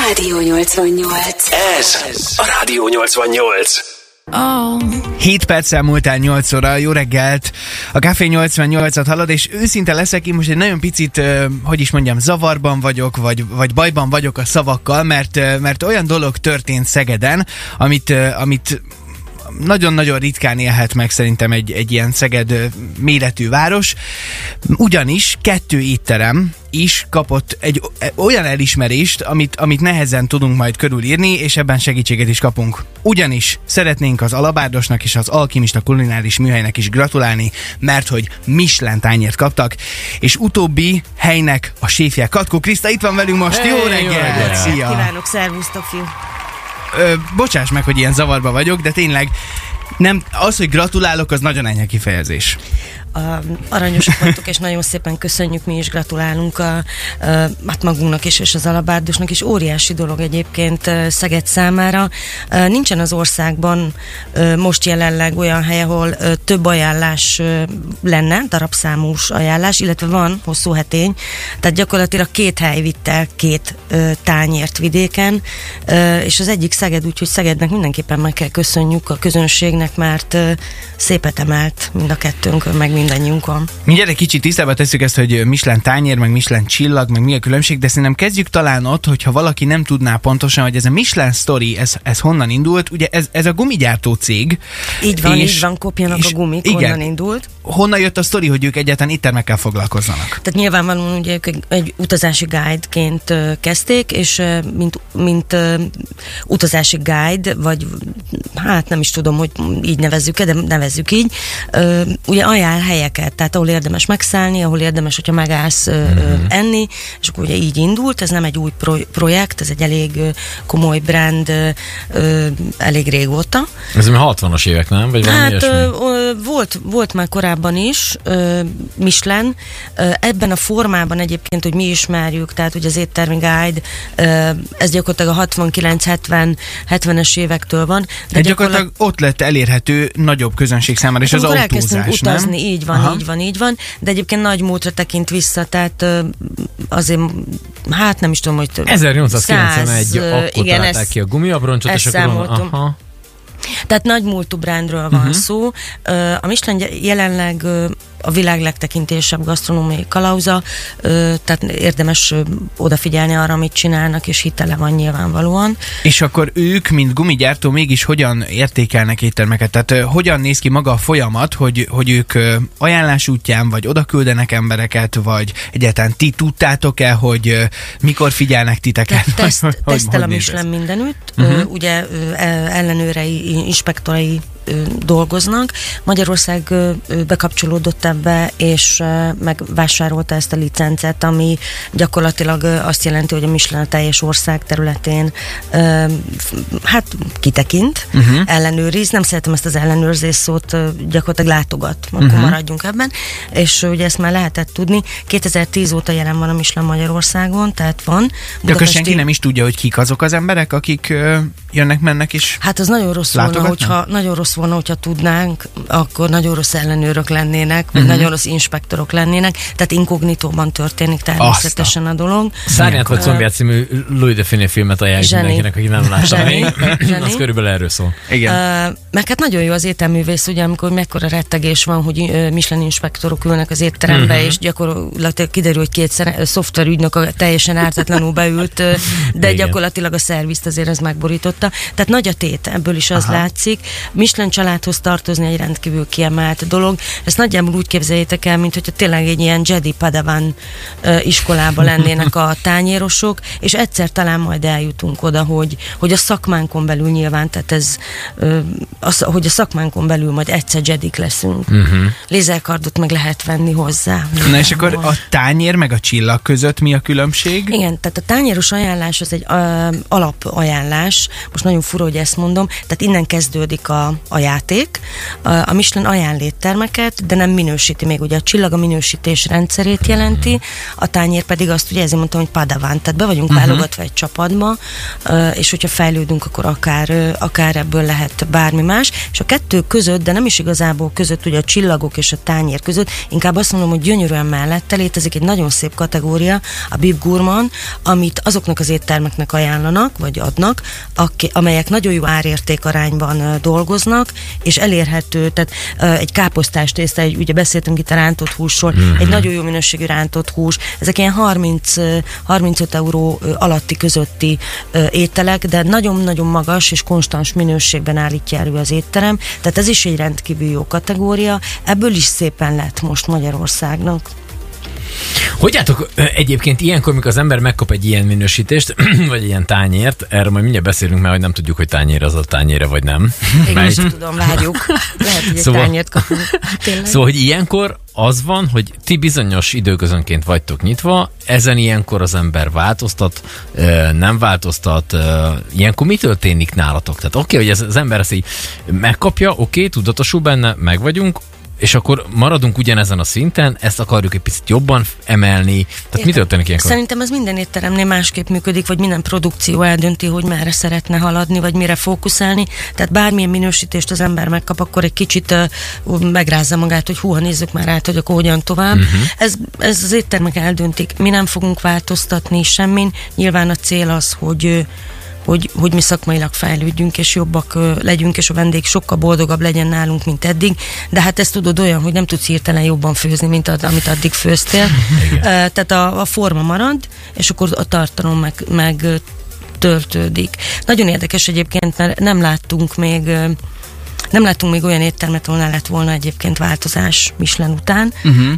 Rádió 88. Ez a Rádió 88. 7 perccel múltál 8 óra, jó reggelt! A Café 88-at hallod, és őszinte leszek, én most egy nagyon picit, zavarban vagyok, vagy bajban vagyok a szavakkal, mert olyan dolog történt Szegeden, amit nagyon-nagyon ritkán élhet meg szerintem egy ilyen Szeged méretű város. Ugyanis 2 étterem is kapott egy olyan elismerést, amit nehezen tudunk majd körülírni, és ebben segítséget is kapunk. Ugyanis szeretnénk az Alabárdosnak és az Alkimista kulináris műhelynek is gratulálni, mert hogy Michelin tányért kaptak, és utóbbi helynek a séfje Katkó Kriszta itt van velünk most. Jó reggelt! Szia! Kívánok, szervusztok, fiú! Bocsáss meg, hogy ilyen zavarba vagyok, de tényleg nem, az, hogy gratulálok, az nagyon enyhe kifejezés. Aranyosak vagytok, és nagyon szépen köszönjük, mi is gratulálunk hát magunknak is, és az Alabárdosnak is. Óriási dolog egyébként Szeged számára. Nincsen az országban most jelenleg olyan hely, ahol több ajánlás lenne, darabszámús ajánlás, illetve van hosszú hetény, tehát gyakorlatilag 2 hely vitt el 2 tányért vidéken, és az egyik Szeged, úgyhogy Szegednek mindenképpen meg kell köszönjük a közönségnek, mert szépet emelt mind a kettőnkön, meg mindannyiunkon. Mindjárt egy kicsit tisztába tesszük ezt, hogy Michelin tányér, meg Michelin csillag, meg mi a különbség, de szerintem kezdjük talán ott, hogyha valaki nem tudná pontosan, hogy ez a Michelin sztori, ez honnan indult. Ugye ez a gumigyártó cég. Így van, kopjanak a gumik, honnan indult. Honnan jött a sztori, hogy ők egyáltalán éttermekkel foglalkozzanak? Tehát nyilvánvalóan ugye ők egy utazási guide-ként kezdték, és mint utazási guide, vagy hát nem is tudom, hogy így nevezzük-e, de nevezzük így, ugye ajánl helyeket, tehát ahol érdemes megszállni, ahol érdemes, hogyha megállsz enni, és akkor ugye így indult, ez nem egy új projekt, ez egy elég komoly brand elég régóta. Ez a 60-as évek, nem? Vagy hát volt már korábban is Michelin, ebben a formában egyébként, hogy mi ismerjük, tehát ugye az éttermi guide, ez gyakorlatilag a 69-70-es évektől van. De gyakorlatilag ott lett elérhető nagyobb közönség számára, és az autózás, nem? Utazni, így van, de egyébként nagy múltra tekint vissza, tehát azért, hát nem is tudom, hogy 1891 akkor találták ki a gumiabroncsot, és akkor tehát nagy múltú brandről van szó. A Michelin jelenleg a világ legtekintésebb gasztronómiai kalauza, tehát érdemes odafigyelni arra, amit csinálnak, és hitele van nyilvánvalóan. És akkor ők, mint gumigyártó, mégis hogyan értékelnek éttermeket? Tehát hogyan néz ki maga a folyamat, hogy ők ajánlás útján, vagy oda küldenek embereket, vagy egyáltalán ti tudtátok-e, hogy mikor figyelnek titeket? Tesztel a Michelin mindenütt, ugye ellenőrei, inspektorai dolgoznak. Magyarország bekapcsolódott ebbe, és megvásárolta ezt a licencet, ami gyakorlatilag azt jelenti, hogy a Michelin a teljes ország területén hát kitekint, ellenőriz. Nem szeretem ezt az ellenőrzés szót, gyakorlatilag látogat, akkor maradjunk ebben. És ugye ezt már lehetett tudni. 2010 óta jelen van a Michelin Magyarországon, tehát van. De akkor senki nem is tudja, hogy kik azok az emberek, akik jönnek, mennek is. Hát az nagyon rossz volna, hogyha tudnánk, akkor nagyon rossz ellenőrök lennének, vagy nagyon rossz inspektorok lennének, tehát inkognitóban történik természetesen a dolog. Szárnyát vagy combját című Louis de Funès filmet ajánljuk mindenkinek, aki nem látta még. Az körülbelül erről szól. Igen. Meg hát nagyon jó az ételművész, ugye, amikor mekkora rettegés van, hogy Michelin inspektorok ülnek az étterembe, és gyakorlatilag kiderül, hogy 2 szoftverügynök teljesen ártatlanul beült, de gyakorlatilag a szervizt azért ez megborította. Tehát nagy a tét, ebből is az látszik. Michelin családhoz tartozni egy rendkívül kiemelt dolog. Ezt nagyjából úgy képzeljétek el, mint hogyha tényleg egy ilyen Jedi Padawan iskolába lennének a tányérosok, és egyszer talán majd eljutunk oda, hogy a szakmánkon belül nyilván, tehát ez, hogy a szakmánkon belül majd egyszer Jedik leszünk. Lézerkardot meg lehet venni hozzá. Na és akkor a tányér meg a csillag között mi a különbség? Igen, tehát a tányéros ajánlás az egy alapajánlás. Most nagyon fura, hogy ezt mondom. Tehát innen kezdődik a a játék. A Michelin ajánl éttermeket, de nem minősíti még. Ugye a csillag a minősítés rendszerét jelenti, a tányér pedig azt, ugye ezért mondtam, hogy padaván, tehát be vagyunk válogatva egy csapatba, és hogyha fejlődünk, akkor akár ebből lehet bármi más. És a kettő között, de nem is igazából között, ugye a csillagok és a tányér között, inkább azt mondom, hogy gyönyörűen mellette létezik egy nagyon szép kategória, a Bib Gourmand, amit azoknak az éttermeknek ajánlanak, vagy adnak, amelyek nagyon jó árérték arányban dolgoznak, és elérhető, tehát egy káposztás tészta, ugye beszéltünk itt a rántott húsról, egy nagyon jó minőségű rántott hús, ezek ilyen 30-35 euró alatti közötti ételek, de nagyon-nagyon magas és konstans minőségben állítja elő az étterem, tehát ez is egy rendkívül jó kategória, ebből is szépen lett most Magyarországnak. Hogy álltok egyébként ilyenkor, mikor az ember megkap egy ilyen minősítést, vagy ilyen tányért, erről majd mindjárt beszélünk, mert hogy nem tudjuk, hogy tányér az a tányére, vagy nem. Én is tudom, várjuk. Lehet, hogy egy tányért kapunk. Tényleg. Szóval, hogy ilyenkor az van, hogy ti bizonyos időközönként vagytok nyitva, ezen ilyenkor az ember változtat, nem változtat, ilyenkor mi történik nálatok? Tehát oké, hogy az ember ezt így megkapja, oké, tudatosul benne, meg vagyunk, és akkor maradunk ugyanezen a szinten, ezt akarjuk egy picit jobban emelni. Tehát mi történik ilyenkor? Szerintem ez minden étteremnél másképp működik, vagy minden produkció eldönti, hogy merre szeretne haladni, vagy mire fókuszálni. Tehát bármilyen minősítést az ember megkap, akkor egy kicsit megrázza magát, hogy húha, nézzük már át, hogy akkor hogyan tovább. Ez az éttermek eldöntik. Mi nem fogunk változtatni semmin. Nyilván a cél az, hogy mi szakmailag fejlődjünk, és jobbak legyünk, és a vendég sokkal boldogabb legyen nálunk, mint eddig. De hát ezt tudod olyan, hogy nem tudsz hirtelen jobban főzni, mint amit addig főztél. Tehát a forma marad, és akkor a tartalom meg töltődik. Nagyon érdekes egyébként, mert nem láttunk még olyan éttermet, ahol ne lett volna egyébként változás Michelin után.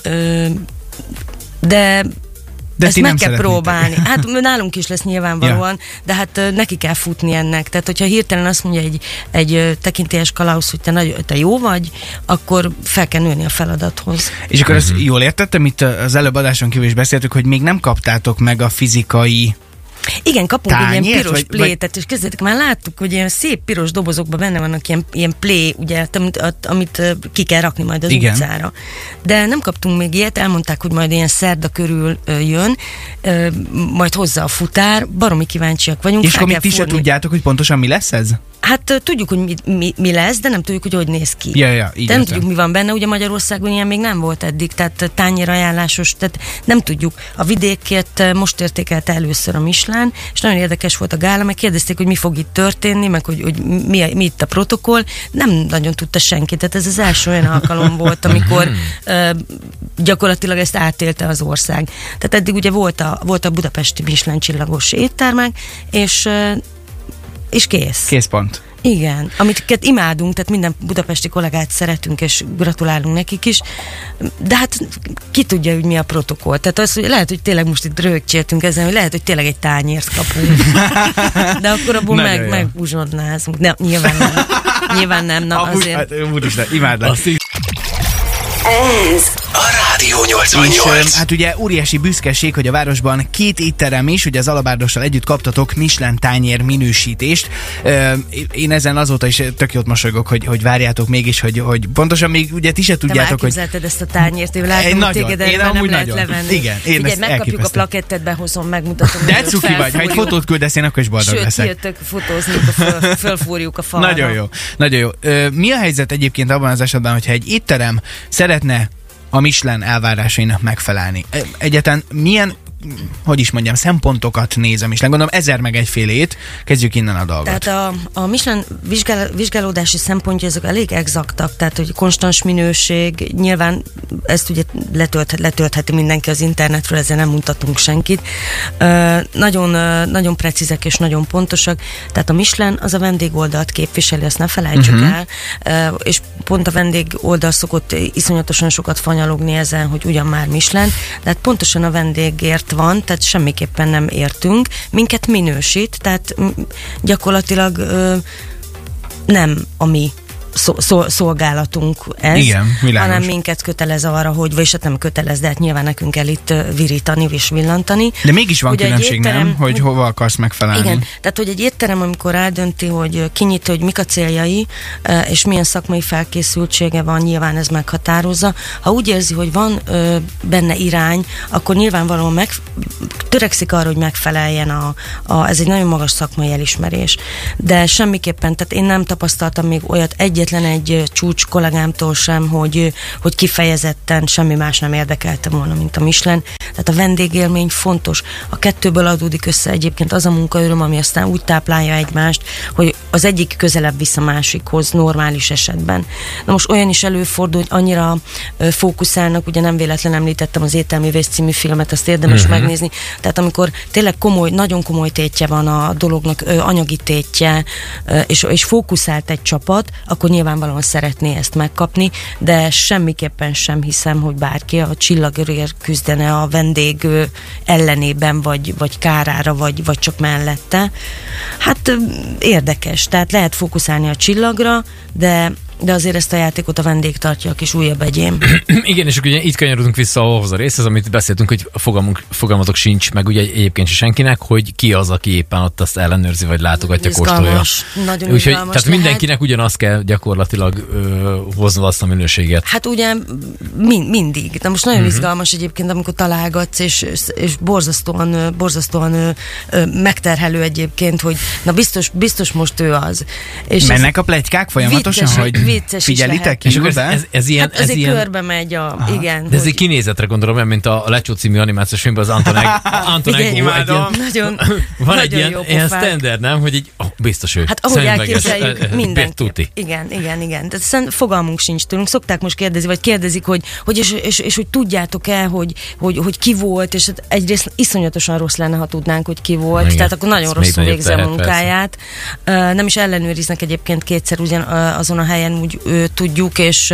De ezt meg kell próbálni. Hát nálunk is lesz nyilvánvalóan, de hát neki kell futni ennek. Tehát, hogyha hirtelen azt mondja egy tekintélyes kalauz, hogy te jó vagy, akkor fel kell nőni a feladathoz. És akkor ezt jól értettem, itt az előbb adáson kívül is beszéltük, hogy még nem kaptátok meg a fizikai igen, kapunk tányért, egy ilyen piros plétet, és kezdjétek, már láttuk, hogy ilyen szép piros dobozokban benne vannak ilyen plé, ugye, amit ki kell rakni majd az utcára. De nem kaptunk még ilyet, elmondták, hogy majd ilyen szerda körül jön, majd hozzá a futár, baromi kíváncsiak vagyunk. És akkor ti se tudjátok, hogy pontosan mi lesz ez? Hát tudjuk, hogy mi lesz, de nem tudjuk, hogy néz ki. Így nem tudjuk, mi van benne. Ugye Magyarországon ilyen még nem volt eddig, tehát tányérajánlásos, tehát nem tudjuk. A vidékért most értékelte először a Michelin, és nagyon érdekes volt a gála, meg kérdezték, hogy mi fog itt történni, meg hogy mi itt a protokoll. Nem nagyon tudta senki, tehát ez az első olyan alkalom volt, amikor gyakorlatilag ezt átélte az ország. Tehát eddig ugye volt a budapesti Michelin csillagos éttermek, és kész. Készpont. Igen, amiket imádunk, tehát minden budapesti kollégát szeretünk, és gratulálunk nekik is, de hát ki tudja, hogy mi a protokoll. Tehát az, hogy lehet, hogy tényleg most itt rögcséltünk ezen, hogy lehet, hogy tényleg egy tányért kapunk. De akkor abból megbuzsodnázunk. De nyilván nem. Na, azért... Úristen, imádlak. Ez a Rádió 88. És hát ugye óriási büszkeség, hogy a városban 2 étterem is, ugye az Alabárdossal együtt kaptatok Michelin tányér minősítést. Én ezen azóta is tök jót mosolygok, hogy várjátok mégis, hogy pontosan még ugye ti se tudjátok, hogy... Te már ezt a tányért, én látom, hogy téged erről nem lehet levenni. Igen, én ugye, megkapjuk a plakettet, behozom, megmutatom. De cuki vagy, ha egy fotót küldesz, én akkor is boldog leszek. Sőt, jöttök fotózni, fölfúrjuk a falra. Nagyon jó. Mi a helyzet egyébként abban az esetben, hogyha egy étterem szeretne a Michelin elvárásainak megfelelni? Egyáltalán milyen, hogy is mondjam, szempontokat néz a Michelin? Gondolom 1000 meg egyfélét, kezdjük innen a dolgot. Tehát a Michelin vizsgálódási szempontja ezek elég exaktak, tehát hogy konstans minőség, nyilván ezt ugye letöltheti mindenki az internetről, ezzel nem mutatunk senkit. Nagyon precízek és nagyon pontosak, tehát a Michelin az a vendégoldalt képviseli, azt ne felejtsük el, és pont a vendégoldal szokott iszonyatosan sokat fanyalogni ezen, hogy ugyan már Michelin, de hát pontosan a vendégért van, tehát semmiképpen nem értünk. Minket minősít, tehát gyakorlatilag nem a mi szolgálatunk ez, igen, hanem minket kötelez arra, hogy, vagyis hát nem kötelez, de hát nyilván nekünk kell itt virítani és villantani. De mégis van ugye különbség, nem? Hogy hova akarsz megfelelni. Igen, tehát hogy egy étterem, amikor eldönti, hogy kinyit, hogy mik a céljai, és milyen szakmai felkészültsége van, nyilván ez meghatározza. Ha úgy érzi, hogy van benne irány, akkor nyilvánvalóan törekszik arra, hogy megfeleljen ez egy nagyon magas szakmai elismerés. De semmiképpen, tehát én nem tapasztaltam még olyat egyetlen egy csúcs kollégámtól sem, hogy kifejezetten semmi más nem érdekelte volna, mint a Michelin. Tehát a vendégélmény fontos. A kettőből adódik össze egyébként az a munkaöröm, ami aztán úgy táplálja egymást, hogy az egyik közelebb visz a másikhoz normális esetben. Na most olyan is előfordul, hogy annyira fókuszálnak, ugye nem véletlen említettem az Ételművész című filmet, azt érdemes megnézni. Tehát amikor tényleg nagyon komoly tétje van a dolognak, anyagi tétje, és fókuszált egy csapat, akkor nyilvánvalóan szeretné ezt megkapni, de semmiképpen sem hiszem, hogy bárki a csillagért küzdene a vendég ellenében, vagy kárára, vagy csak mellette. Hát érdekes, tehát lehet fókuszálni a csillagra, de azért ezt a játékot a vendég tartja a kis újabb egyém. Igen, és ugye itt kanyarodunk vissza ahhoz a részhez, amit beszéltünk, hogy fogalmatok sincs, meg ugye egyébként senkinek, hogy ki az, aki éppen ott azt ellenőrzi, vagy látogatja, kóstolja. Nagyon izgalmas. Tehát mindenkinek ugyanazt kell gyakorlatilag hozni azt a minőséget. Hát ugye mindig. De most nagyon izgalmas egyébként, amikor találgatsz, és borzasztóan megterhelő egyébként, hogy na biztos most ő az. És mennek a pletykák folyamatosan, hogy figyelitek? És akkor ez ilyen... Hát azért körbe megy igen. De ez egy kinézetre gondolom, olyan, mint a Lecsó című animációs filmben az Anton van egy ilyen standard, nem? Hogy így, biztos ő. Hát ahogy elképzeljük, mindenki. Igen. Tehát fogalmunk sincs tőlünk. Szokták most kérdezni, vagy kérdezik, hogy hogy tudjátok-e, hogy ki volt, és egyrészt iszonyatosan rossz lenne, ha tudnánk, hogy ki volt. Igen. Tehát akkor nagyon rosszul végzi a munkáját. Nem is ellenőriznek egyébként kétszer azon a helyen úgy tudjuk, és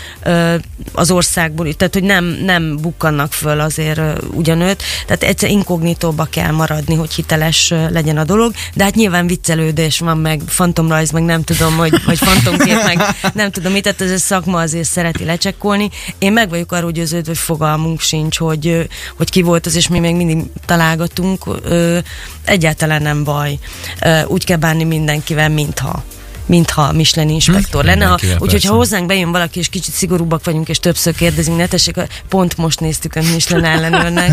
az országból, tehát hogy nem bukkannak föl azért ugyanőt, tehát egyszer inkognitóba kell maradni, hogy hiteles legyen a dolog, de hát nyilván viccelődés van, meg fantomrajz, meg nem tudom, vagy fantomkép, meg nem tudom mit, tehát ez a szakma azért szereti lecsekkolni. Én meg vagyok arról győződve, hogy fogalmunk sincs, hogy ki volt az, és mi még mindig találgatunk. Egyáltalán nem baj. Úgy kell bánni mindenkivel, mintha Michelin inspektor lenne. Úgyhogy ha hozzánk bejön valaki, és kicsit szigorúbbak vagyunk, és többször kérdezünk, ne tessék, pont most néztük a Michelin ellenőrnek.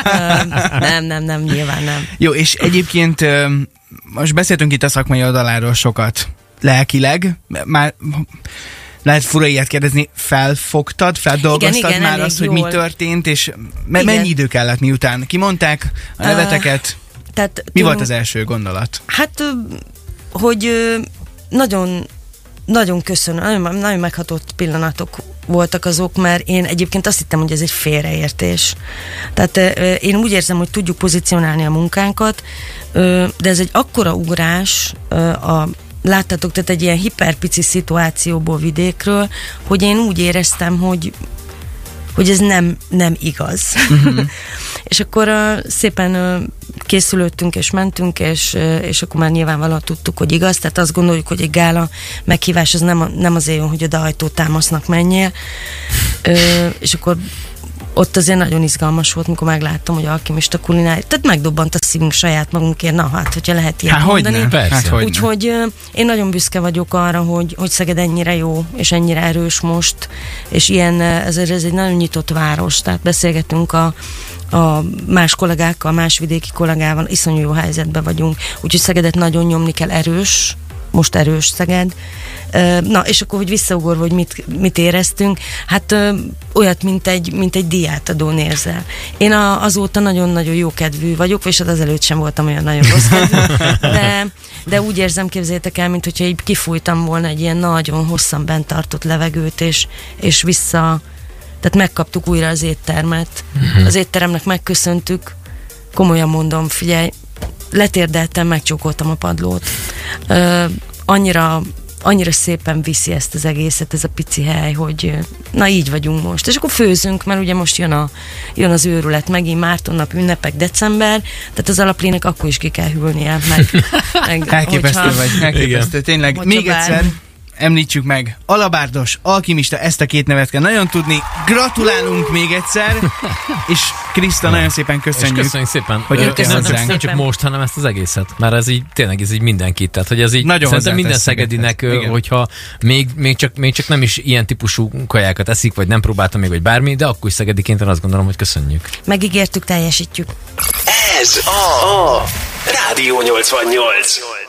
Nem, nyilván nem. Jó, és egyébként most beszéltünk itt a szakmai oldaláról sokat. Lelkileg, már lehet fura ilyet kérdezni, feldolgoztad igen, már azt, hogy mi történt, és mennyi idő kellett, miután kimondták a neveteket? Mi volt az első gondolat? Hát, hogy nagyon köszönöm, nagyon meghatott pillanatok voltak azok, mert én egyébként azt hittem, hogy ez egy félreértés. Tehát én úgy érzem, hogy tudjuk pozícionálni a munkánkat, de ez egy akkora ugrás láttátok, tehát egy ilyen hiperpici szituációból vidékről, hogy én úgy éreztem, hogy ez nem igaz. És akkor szépen készülődtünk és mentünk, és akkor már nyilvánvalóan tudtuk, hogy igaz, tehát azt gondoljuk, hogy egy gála meghívás az nem azért jön, hogy oda ajtótámasznak menjél, és akkor ott azért nagyon izgalmas volt, mikor megláttam, hogy alkimista kulinári, tehát megdobbant a szívünk saját magunkért, na hát, hogyha lehet ilyet mondani. Úgyhogy én nagyon büszke vagyok arra, hogy Szeged ennyire jó, és ennyire erős most, és ilyen, ez egy nagyon nyitott város, tehát beszélgetünk a más kollégákkal, más vidéki kollégával, iszonyú jó helyzetben vagyunk, úgyhogy Szegedet nagyon nyomni kell, most erős Szeged. Na, és akkor, hogy visszaugorva, hogy mit éreztünk, hát olyat, mint egy diátadón érzel. Én azóta nagyon-nagyon jó kedvű vagyok, és hát azelőtt sem voltam olyan nagyon rossz kedvű, de úgy érzem, képzeljétek el, mint hogyha így kifújtam volna egy ilyen nagyon hosszan bent tartott levegőt, és vissza, tehát megkaptuk újra az éttermet. Az étteremnek megköszöntük, komolyan mondom, figyelj, letérdeltem, megcsókoltam a padlót. Annyira szépen viszi ezt az egészet, ez a pici hely, hogy na így vagyunk most. És akkor főzünk, mert ugye most jön az őrület, megint Mártonnap, ünnepek, december, tehát az alaplének akkor is ki kell hűlnie, meg elképesztő vagy, elképesztő. Tényleg, még egyszer, említsük meg. Alabárdos, alkimista, ezt a két nevet kell nagyon tudni. Gratulálunk még egyszer, és Kriszta, nagyon szépen köszönjük. És köszönjük szépen, hogy jöttél hozzánk. Nem csak most, hanem ezt az egészet. Mert ez így tényleg ez így mindenkit. Tehát, hogy ez így nagyon szerintem minden szegedinek, hogyha még csak nem is ilyen típusú kajákat eszik, vagy nem próbáltam még, vagy bármi, de akkor is szegediként azt gondolom, hogy köszönjük. Megígértük, teljesítjük. Ez a Rádió 88.